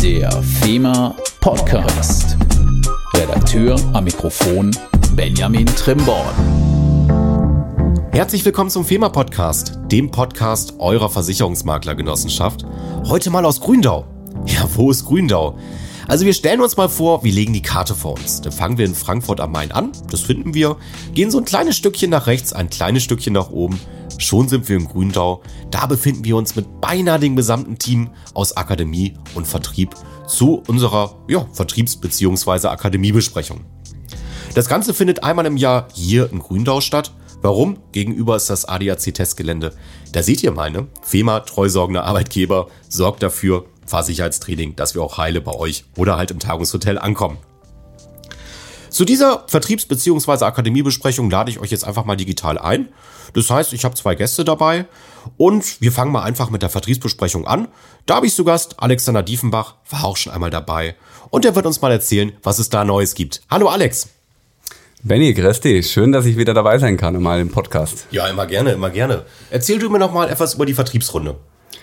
Der FEMA Podcast. Redakteur am Mikrofon Benjamin Trimborn. Herzlich willkommen zum FEMA Podcast, dem Podcast eurer Versicherungsmaklergenossenschaft. Heute mal aus Gründau. Ja, wo ist Gründau? Also wir stellen uns mal vor, wir legen die Karte vor uns. Dann fangen wir in Frankfurt am Main an, das finden wir, gehen so ein kleines Stückchen nach rechts, ein kleines Stückchen nach oben. Schon sind wir in Gründau. Da befinden wir uns mit beinahe dem gesamten Team aus Akademie und Vertrieb zu unserer Vertriebs- bzw. Akademiebesprechung. Das Ganze findet einmal im Jahr hier in Gründau statt. Warum? Gegenüber ist das ADAC-Testgelände. Da seht ihr mal, ne? FEMA, treusorgender Arbeitgeber, sorgt dafür, Fahrsicherheitstraining, dass wir auch heile bei euch oder halt im Tagungshotel ankommen. Zu dieser Vertriebs- bzw. Akademiebesprechung lade ich euch jetzt einfach mal digital ein. Das heißt, ich habe 2 Gäste dabei und wir fangen mal einfach mit der Vertriebsbesprechung an. Da habe ich zu Gast Alexander Diefenbach, war auch schon einmal dabei und er wird uns mal erzählen, was es da Neues gibt. Hallo Alex. Benni, grüß dich. Schön, dass ich wieder dabei sein kann, mal im Podcast. Ja, immer gerne, immer gerne. Erzähl du mir noch mal etwas über die Vertriebsrunde.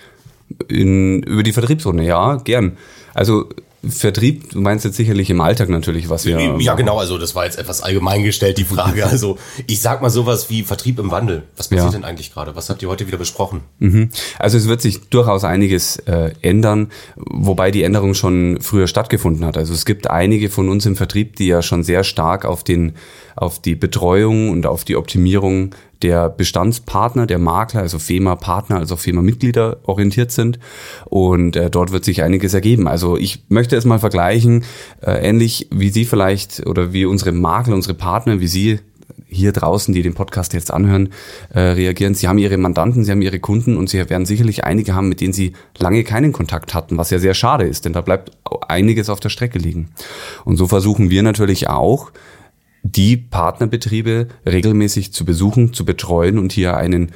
Über die Vertriebsrunde, ja, gern. Also Vertrieb, du meinst jetzt sicherlich im Alltag natürlich, was wir... Ja, genau, also das war jetzt etwas allgemein gestellt, die Frage. Also ich sag mal sowas wie Vertrieb im Wandel. Was passiert denn eigentlich gerade? Was habt ihr heute wieder besprochen? Also es wird sich durchaus einiges ändern, wobei die Änderung schon früher stattgefunden hat. Also es gibt einige von uns im Vertrieb, die ja schon sehr stark auf die Betreuung und auf die Optimierung der Bestandspartner, der Makler, also FEMA-Partner, also FEMA-Mitglieder orientiert sind. Und dort wird sich einiges ergeben. Also ich möchte es mal vergleichen, ähnlich wie Sie vielleicht oder wie unsere Makler, unsere Partner, wie Sie hier draußen, die den Podcast jetzt anhören, reagieren. Sie haben Ihre Mandanten, Sie haben Ihre Kunden und Sie werden sicherlich einige haben, mit denen Sie lange keinen Kontakt hatten, was ja sehr schade ist, denn da bleibt einiges auf der Strecke liegen. Und so versuchen wir natürlich auch, die Partnerbetriebe regelmäßig zu besuchen, zu betreuen und hier einen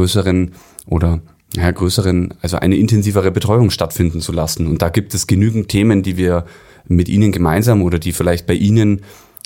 also eine intensivere Betreuung stattfinden zu lassen. Und da gibt es genügend Themen, die wir mit Ihnen gemeinsam oder die vielleicht bei Ihnen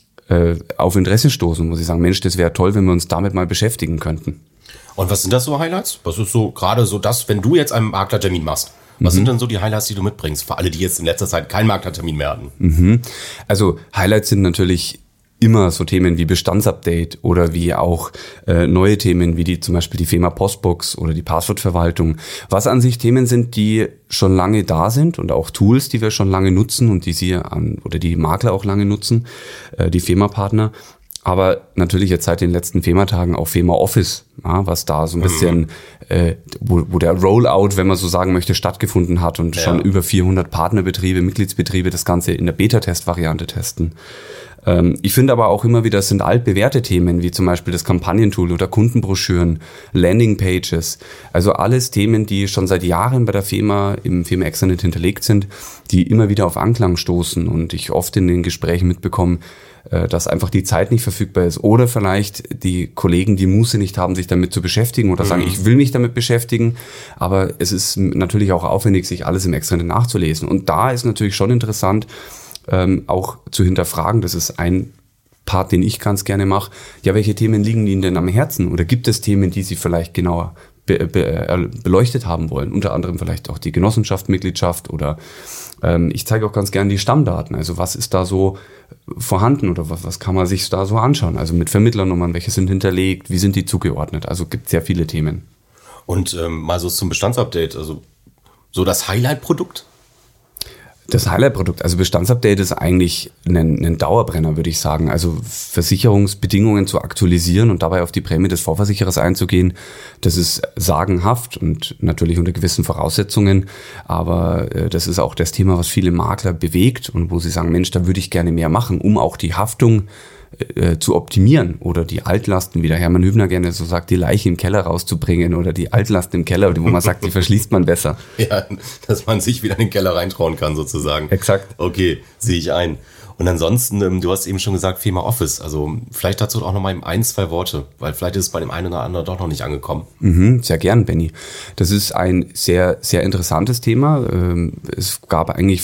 auf Interesse stoßen, wo Sie sagen, Mensch, das wäre toll, wenn wir uns damit mal beschäftigen könnten. Und was sind das so Highlights? Was ist so gerade so das, wenn du jetzt einen Maklertermin machst? Was sind denn so die Highlights, die du mitbringst, für alle, die jetzt in letzter Zeit keinen Maklertermin mehr hatten? Also Highlights sind natürlich immer so Themen wie Bestandsupdate oder wie auch neue Themen wie zum Beispiel die FEMA Postbox oder die Passwortverwaltung, was an sich Themen sind, die schon lange da sind und auch Tools, die wir schon lange nutzen und die die Makler auch lange nutzen, die FEMA-Partner. Aber natürlich jetzt seit den letzten FEMA-Tagen auch FEMA Office, ja, was da so ein bisschen, wo der Rollout, wenn man so sagen möchte, stattgefunden hat und schon über 400 Partnerbetriebe, Mitgliedsbetriebe das Ganze in der Beta-Test-Variante testen. Ich finde aber auch immer wieder, es sind altbewährte Themen, wie zum Beispiel das Kampagnentool oder Kundenbroschüren, Landingpages. Also alles Themen, die schon seit Jahren bei der FEMA im FEMA Extranet hinterlegt sind, die immer wieder auf Anklang stoßen und ich oft in den Gesprächen mitbekomme, dass einfach die Zeit nicht verfügbar ist oder vielleicht die Kollegen die Muße nicht haben, sich damit zu beschäftigen oder sagen, ich will mich damit beschäftigen, aber es ist natürlich auch aufwendig, sich alles im Extranet nachzulesen. Und da ist natürlich schon interessant, auch zu hinterfragen, das ist ein Part, den ich ganz gerne mache. Ja, welche Themen liegen Ihnen denn am Herzen? Oder gibt es Themen, die Sie vielleicht genauer beleuchtet haben wollen? Unter anderem vielleicht auch die Genossenschaft, Mitgliedschaft oder ich zeige auch ganz gerne die Stammdaten. Also was ist da so vorhanden oder was kann man sich da so anschauen? Also mit Vermittlernummern, welche sind hinterlegt, wie sind die zugeordnet? Also gibt sehr viele Themen. Und mal so zum Bestandsupdate, also so das Highlight-Produkt? Das Highlight-Produkt, also Bestandsupdate ist eigentlich ein Dauerbrenner, würde ich sagen. Also Versicherungsbedingungen zu aktualisieren und dabei auf die Prämie des Vorversicherers einzugehen, das ist sagenhaft und natürlich unter gewissen Voraussetzungen. Aber das ist auch das Thema, was viele Makler bewegt und wo sie sagen, Mensch, da würde ich gerne mehr machen, um auch die Haftung zu optimieren oder die Altlasten, wie der Hermann Hübner gerne so sagt, die Leiche im Keller rauszubringen oder die Altlasten im Keller, wo man sagt, die verschließt man besser. Ja, dass man sich wieder in den Keller reintrauen kann sozusagen. Exakt. Okay, sehe ich ein. Und ansonsten, du hast eben schon gesagt, FEMA Office, also vielleicht dazu auch noch mal 1-2 Worte, weil vielleicht ist es bei dem einen oder anderen doch noch nicht angekommen. Sehr gern, Benni. Das ist ein sehr, sehr interessantes Thema. Es gab eigentlich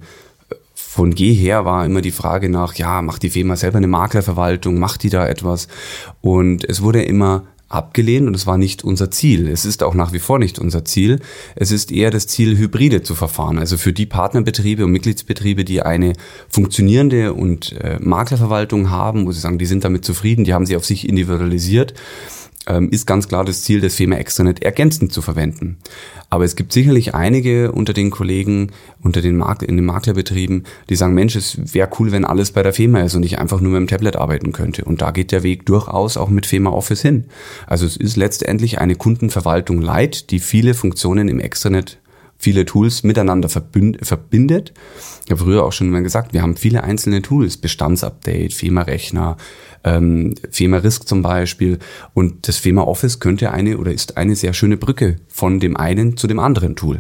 von jeher war immer die Frage nach, ja, macht die FEMA selber eine Maklerverwaltung, macht die da etwas? Und es wurde immer abgelehnt und es war nicht unser Ziel. Es ist auch nach wie vor nicht unser Ziel. Es ist eher das Ziel, hybride zu verfahren. Also für die Partnerbetriebe und Mitgliedsbetriebe, die eine funktionierende und Maklerverwaltung haben, wo sie sagen, die sind damit zufrieden, die haben sie auf sich individualisiert, ist ganz klar das Ziel, das FEMA Extranet ergänzend zu verwenden. Aber es gibt sicherlich einige unter den Kollegen, in den Maklerbetrieben, die sagen, Mensch, es wäre cool, wenn alles bei der FEMA ist und ich einfach nur mit dem Tablet arbeiten könnte. Und da geht der Weg durchaus auch mit FEMA Office hin. Also es ist letztendlich eine Kundenverwaltung light, die viele Funktionen im Extranet, viele Tools miteinander verbindet. Ich habe früher auch schon mal gesagt, wir haben viele einzelne Tools, Bestandsupdate, FEMA-Rechner, FEMA Risk zum Beispiel. Und das FEMA Office ist eine sehr schöne Brücke von dem einen zu dem anderen Tool.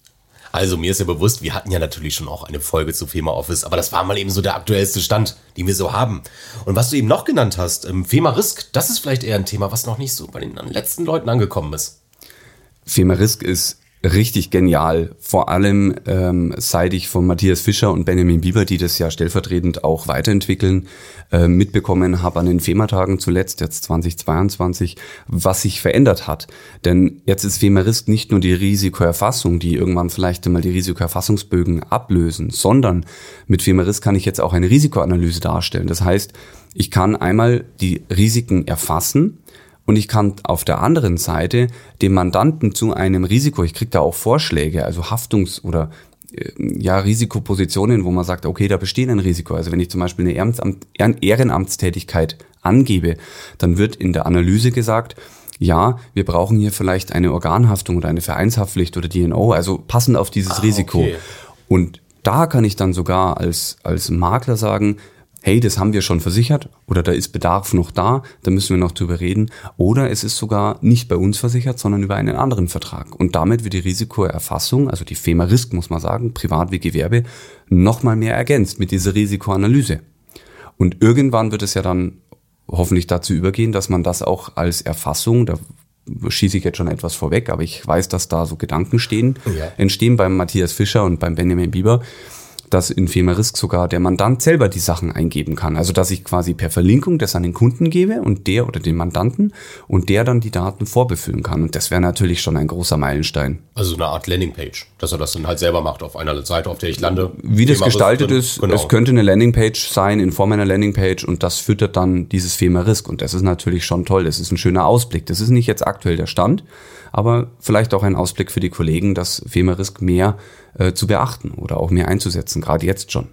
Also mir ist ja bewusst, wir hatten ja natürlich schon auch eine Folge zu FEMA Office, aber das war mal eben so der aktuellste Stand, den wir so haben. Und was du eben noch genannt hast, FEMA Risk, das ist vielleicht eher ein Thema, was noch nicht so bei den letzten Leuten angekommen ist. FEMA Risk ist richtig genial, vor allem seit ich von Matthias Fischer und Benjamin Bieber, die das ja stellvertretend auch weiterentwickeln, mitbekommen habe an den FEMA-Tagen zuletzt, jetzt 2022, was sich verändert hat. Denn jetzt ist FEMA Risk nicht nur die Risikoerfassung, die irgendwann vielleicht einmal die Risikoerfassungsbögen ablösen, sondern mit FEMA Risk kann ich jetzt auch eine Risikoanalyse darstellen. Das heißt, ich kann einmal die Risiken erfassen, und ich kann auf der anderen Seite dem Mandanten zu einem Risiko, ich kriege da auch Vorschläge, also Haftungs- oder Risikopositionen, wo man sagt, okay, da besteht ein Risiko. Also wenn ich zum Beispiel eine Ehrenamtstätigkeit angebe, dann wird in der Analyse gesagt, ja, wir brauchen hier vielleicht eine Organhaftung oder eine Vereinshaftpflicht oder DNO, also passend auf dieses Risiko. Okay. Und da kann ich dann sogar als Makler sagen, hey, das haben wir schon versichert oder da ist Bedarf noch da müssen wir noch drüber reden. Oder es ist sogar nicht bei uns versichert, sondern über einen anderen Vertrag. Und damit wird die Risikoerfassung, also die FEMA Risk, muss man sagen, privat wie Gewerbe, nochmal mehr ergänzt mit dieser Risikoanalyse. Und irgendwann wird es ja dann hoffentlich dazu übergehen, dass man das auch als Erfassung, da schieße ich jetzt schon etwas vorweg, aber ich weiß, dass da so Gedanken entstehen beim Matthias Fischer und beim Benjamin Bieber, dass in FEMA Risk sogar der Mandant selber die Sachen eingeben kann. Also dass ich quasi per Verlinkung das an den Kunden gebe und der oder den Mandanten und der dann die Daten vorbefüllen kann. Und das wäre natürlich schon ein großer Meilenstein. Also eine Art Landingpage, dass er das dann halt selber macht auf einer Seite, auf der ich lande. Wie das gestaltet ist, genau. Es könnte eine Landingpage sein in Form einer Landingpage und das füttert dann dieses FEMA Risk. Und das ist natürlich schon toll. Das ist ein schöner Ausblick. Das ist nicht jetzt aktuell der Stand, aber vielleicht auch ein Ausblick für die Kollegen, das FEMA Risk mehr zu beachten oder auch mehr einzusetzen, gerade jetzt schon.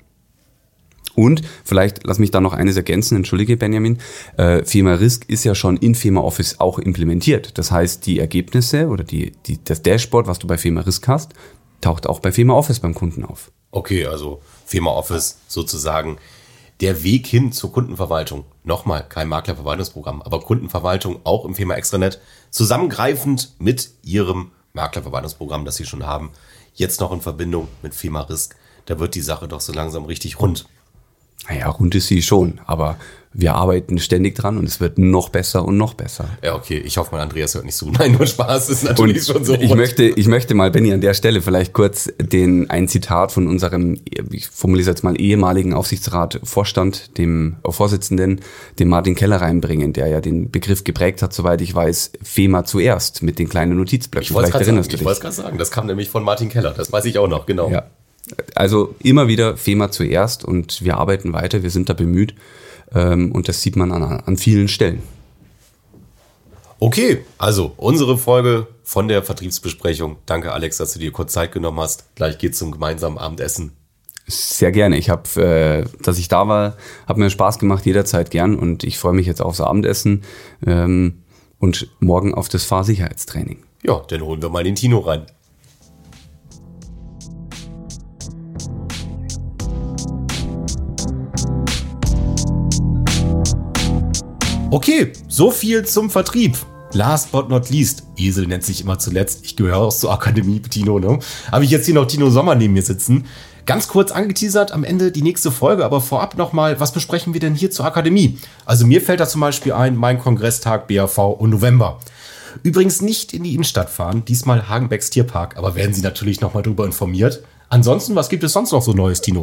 Und vielleicht, lass mich da noch eines ergänzen, entschuldige Benjamin, FEMA Risk ist ja schon in FEMA Office auch implementiert. Das heißt, die Ergebnisse oder das Dashboard, was du bei FEMA Risk hast, taucht auch bei FEMA Office beim Kunden auf. Okay, also FEMA Office sozusagen der Weg hin zur Kundenverwaltung. Nochmal, kein Maklerverwaltungsprogramm, aber Kundenverwaltung auch im FEMA Extranet, zusammengreifend mit ihrem Maklerverwaltungsprogramm, das sie schon haben, jetzt noch in Verbindung mit FEMA Risk. Da wird die Sache doch so langsam richtig rund. Naja, rund ist sie schon, aber wir arbeiten ständig dran und es wird noch besser und noch besser. Ja, okay, ich hoffe mal, Andreas hört nicht zu. Nein, nur Spaß, ist natürlich und schon so rund. Ich möchte mal, Benni, an der Stelle vielleicht kurz ein Zitat von unserem, ich formuliere jetzt mal, ehemaligen Aufsichtsrat-Vorstand, dem Vorsitzenden, dem Martin Keller reinbringen, der ja den Begriff geprägt hat, soweit ich weiß, FEMA zuerst mit den kleinen Notizblöcken. Vielleicht erinnerst du dich. Ich wollte es gerade sagen, das kam nämlich von Martin Keller, das weiß ich auch noch, genau. Ja. Also immer wieder FEMA zuerst und wir arbeiten weiter, wir sind da bemüht und das sieht man an vielen Stellen. Okay, also unsere Folge von der Vertriebsbesprechung. Danke Alex, dass du dir kurz Zeit genommen hast. Gleich geht's zum gemeinsamen Abendessen. Sehr gerne. Dass ich da war, hat mir Spaß gemacht, jederzeit gern und ich freue mich jetzt aufs Abendessen und morgen auf das Fahrsicherheitstraining. Ja, dann holen wir mal den Tino rein. Okay, so viel zum Vertrieb. Last but not least, Esel nennt sich immer zuletzt, ich gehöre auch zur Akademie, Tino, ne? Habe ich jetzt hier noch Tino Sommer neben mir sitzen. Ganz kurz angeteasert, am Ende die nächste Folge, aber vorab nochmal, was besprechen wir denn hier zur Akademie? Also mir fällt da zum Beispiel ein, mein Kongresstag BAV im November. Übrigens nicht in die Innenstadt fahren, diesmal Hagenbecks Tierpark, aber werden Sie natürlich nochmal drüber informiert. Ansonsten, was gibt es sonst noch so Neues, Tino?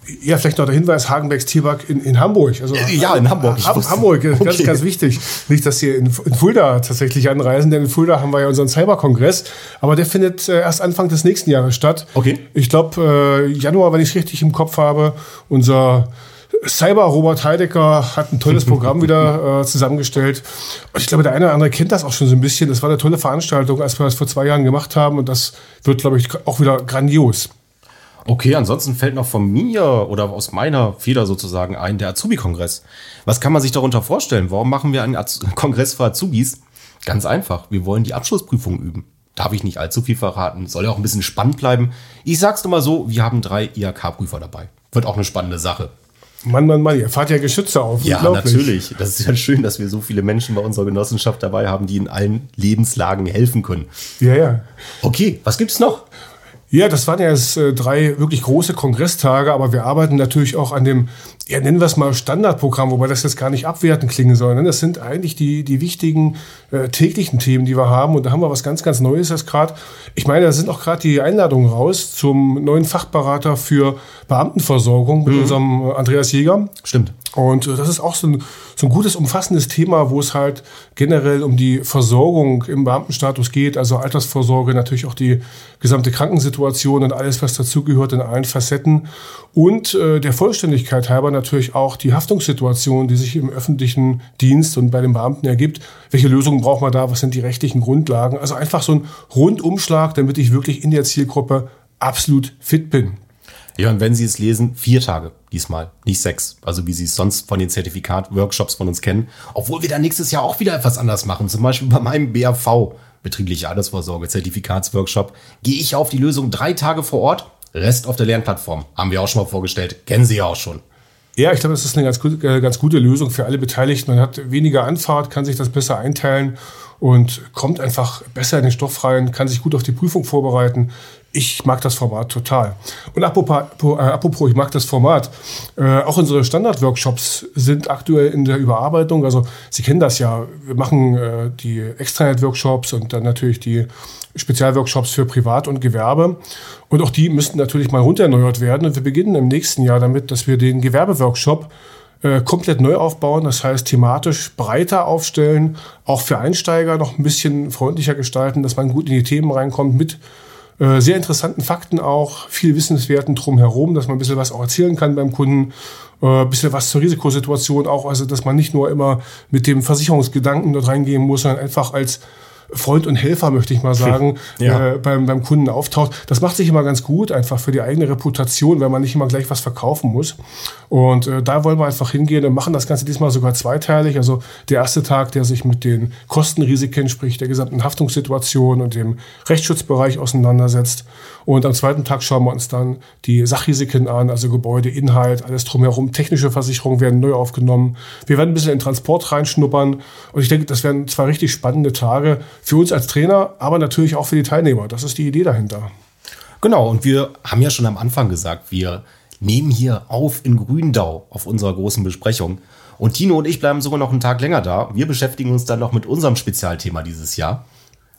Ja, vielleicht noch der Hinweis, Hagenbecks Tierpark in Hamburg. Also, Ja, in Hamburg. Hamburg, ganz, ganz wichtig. Nicht, dass Sie in Fulda tatsächlich anreisen, denn in Fulda haben wir ja unseren Cyberkongress, aber der findet erst Anfang des nächsten Jahres statt. Okay. Ich glaube, Januar, wenn ich es richtig im Kopf habe, unser Cyber-Robert Heidecker hat ein tolles Programm wieder zusammengestellt. Und ich glaube, der eine oder andere kennt das auch schon so ein bisschen. Das war eine tolle Veranstaltung, als wir das vor 2 Jahren gemacht haben. Und das wird, glaube ich, auch wieder grandios. Okay, ansonsten fällt noch von mir oder aus meiner Feder sozusagen ein, der Azubi-Kongress. Was kann man sich darunter vorstellen? Warum machen wir einen Kongress für Azubis? Ganz einfach, wir wollen die Abschlussprüfung üben. Darf ich nicht allzu viel verraten, soll ja auch ein bisschen spannend bleiben. Ich sag's nur mal so, wir haben 3 IHK-Prüfer dabei. Wird auch eine spannende Sache. Mann, ihr fahrt ja Geschütze auf. Ja, natürlich. Das ist ja schön, dass wir so viele Menschen bei unserer Genossenschaft dabei haben, die in allen Lebenslagen helfen können. Ja. Okay, was gibt's noch? Ja, das waren ja jetzt 3 wirklich große Kongresstage, aber wir arbeiten natürlich auch an dem, ja, nennen wir es mal Standardprogramm, wobei das jetzt gar nicht abwertend klingen soll. Das sind eigentlich die wichtigen täglichen Themen, die wir haben. Und da haben wir was ganz, ganz Neues jetzt gerade. Ich meine, da sind auch gerade die Einladungen raus zum neuen Fachberater für Beamtenversorgung mit unserem Andreas Jäger. Stimmt. Und das ist auch so ein gutes, umfassendes Thema, wo es halt generell um die Versorgung im Beamtenstatus geht, also Altersvorsorge, natürlich auch die gesamte Krankensituation und alles, was dazugehört in allen Facetten. Und der Vollständigkeit halber natürlich auch die Haftungssituation, die sich im öffentlichen Dienst und bei den Beamten ergibt. Welche Lösungen braucht man da? Was sind die rechtlichen Grundlagen? Also einfach so ein Rundumschlag, damit ich wirklich in der Zielgruppe absolut fit bin. Ja, und wenn Sie es lesen, 4 Tage diesmal, nicht 6. Also wie Sie es sonst von den Zertifikat-Workshops von uns kennen. Obwohl wir dann nächstes Jahr auch wieder etwas anders machen. Zum Beispiel bei meinem BAV, betriebliche Altersvorsorge, Zertifikatsworkshop, gehe ich auf die Lösung 3 Tage vor Ort, Rest auf der Lernplattform. Haben wir auch schon mal vorgestellt, kennen Sie ja auch schon. Ja, ich glaube, das ist eine ganz gute Lösung für alle Beteiligten. Man hat weniger Anfahrt, kann sich das besser einteilen und kommt einfach besser in den Stoff rein, kann sich gut auf die Prüfung vorbereiten. Ich mag das Format total. Und apropos, ich mag das Format. Auch unsere Standard-Workshops sind aktuell in der Überarbeitung. Also Sie kennen das ja. Wir machen die Extranet-Workshops und dann natürlich die Spezialworkshops für Privat und Gewerbe. Und auch die müssten natürlich mal runtererneuert werden. Und wir beginnen im nächsten Jahr damit, dass wir den Gewerbeworkshop komplett neu aufbauen. Das heißt, thematisch breiter aufstellen, auch für Einsteiger noch ein bisschen freundlicher gestalten, dass man gut in die Themen reinkommt mit sehr interessanten Fakten auch, viel Wissenswerten drumherum, dass man ein bisschen was auch erzählen kann beim Kunden, ein bisschen was zur Risikosituation auch, also dass man nicht nur immer mit dem Versicherungsgedanken dort reingehen muss, sondern einfach als Freund und Helfer, möchte ich mal sagen, beim Kunden auftaucht. Das macht sich immer ganz gut, einfach für die eigene Reputation, weil man nicht immer gleich was verkaufen muss. Und da wollen wir einfach hingehen und machen das Ganze diesmal sogar zweiteilig. Also der erste Tag, der sich mit den Kostenrisiken, sprich der gesamten Haftungssituation und dem Rechtsschutzbereich auseinandersetzt. Und am zweiten Tag schauen wir uns dann die Sachrisiken an, also Gebäude, Inhalt, alles drumherum. Technische Versicherungen werden neu aufgenommen. Wir werden ein bisschen in Transport reinschnuppern. Und ich denke, das werden 2 richtig spannende Tage für uns als Trainer, aber natürlich auch für die Teilnehmer. Das ist die Idee dahinter. Genau, und wir haben ja schon am Anfang gesagt, wir nehmen hier auf in Gründau auf unserer großen Besprechung. Und Tino und ich bleiben sogar noch einen Tag länger da. Wir beschäftigen uns dann noch mit unserem Spezialthema dieses Jahr.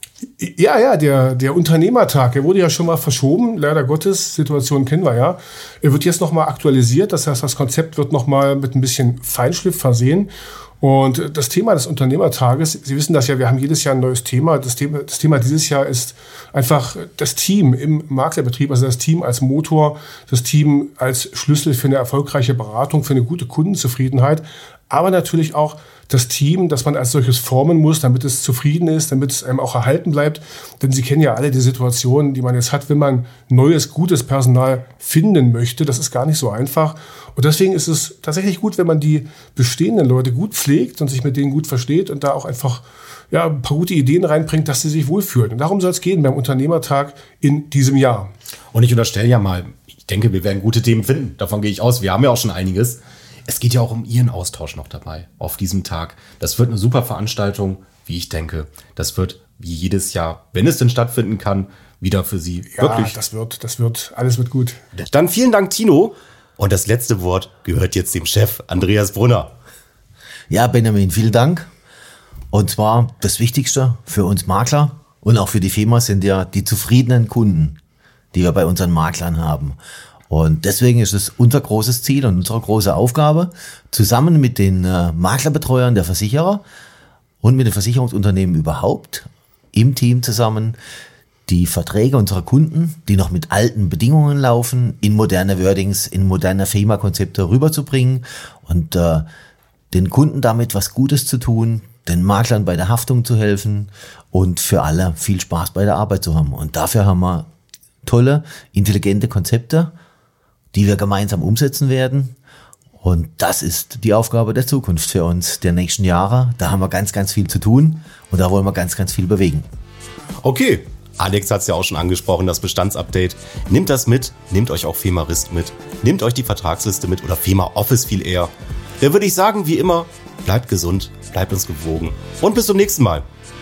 Ja, der Unternehmertag, der wurde ja schon mal verschoben, leider Gottes, Situation kennen wir ja. Er wird jetzt nochmal aktualisiert, das heißt, das Konzept wird nochmal mit ein bisschen Feinschliff versehen. Und das Thema des Unternehmertages, Sie wissen das ja, wir haben jedes Jahr ein neues Thema. Das Thema dieses Jahr ist einfach das Team im Maklerbetrieb, also das Team als Motor, das Team als Schlüssel für eine erfolgreiche Beratung, für eine gute Kundenzufriedenheit, aber natürlich auch das Team, das man als solches formen muss, damit es zufrieden ist, damit es einem auch erhalten bleibt. Denn Sie kennen ja alle die Situationen, die man jetzt hat, wenn man neues, gutes Personal finden möchte. Das ist gar nicht so einfach. Und deswegen ist es tatsächlich gut, wenn man die bestehenden Leute gut pflegt und sich mit denen gut versteht und da auch einfach ein paar gute Ideen reinbringt, dass sie sich wohlfühlen. Und darum soll es gehen beim Unternehmertag in diesem Jahr. Und ich unterstelle ja mal, ich denke, wir werden gute Themen finden. Davon gehe ich aus. Wir haben ja auch schon einiges. Es geht ja auch um Ihren Austausch noch dabei auf diesem Tag. Das wird eine super Veranstaltung, wie ich denke. Das wird wie jedes Jahr, wenn es denn stattfinden kann, wieder für Sie wirklich. Alles wird gut. Dann vielen Dank, Tino. Und das letzte Wort gehört jetzt dem Chef, Andreas Brunner. Ja, Benjamin, vielen Dank. Und zwar das Wichtigste für uns Makler und auch für die FEMA sind ja die zufriedenen Kunden, die wir bei unseren Maklern haben. Und deswegen ist es unser großes Ziel und unsere große Aufgabe, zusammen mit den Maklerbetreuern der Versicherer und mit den Versicherungsunternehmen überhaupt im Team zusammen die Verträge unserer Kunden, die noch mit alten Bedingungen laufen, in moderne Wordings, in moderne FEMA-Konzepte rüberzubringen und den Kunden damit was Gutes zu tun, den Maklern bei der Haftung zu helfen und für alle viel Spaß bei der Arbeit zu haben. Und dafür haben wir tolle, intelligente Konzepte, die wir gemeinsam umsetzen werden. Und das ist die Aufgabe der Zukunft für uns, der nächsten Jahre. Da haben wir ganz, ganz viel zu tun und da wollen wir ganz, ganz viel bewegen. Okay, Alex hat es ja auch schon angesprochen, das Bestandsupdate. Nehmt das mit, nehmt euch auch FEMA Risk mit, nehmt euch die Vertragsliste mit oder FEMA Office viel eher. Da würde ich sagen, wie immer, bleibt gesund, bleibt uns gewogen und bis zum nächsten Mal.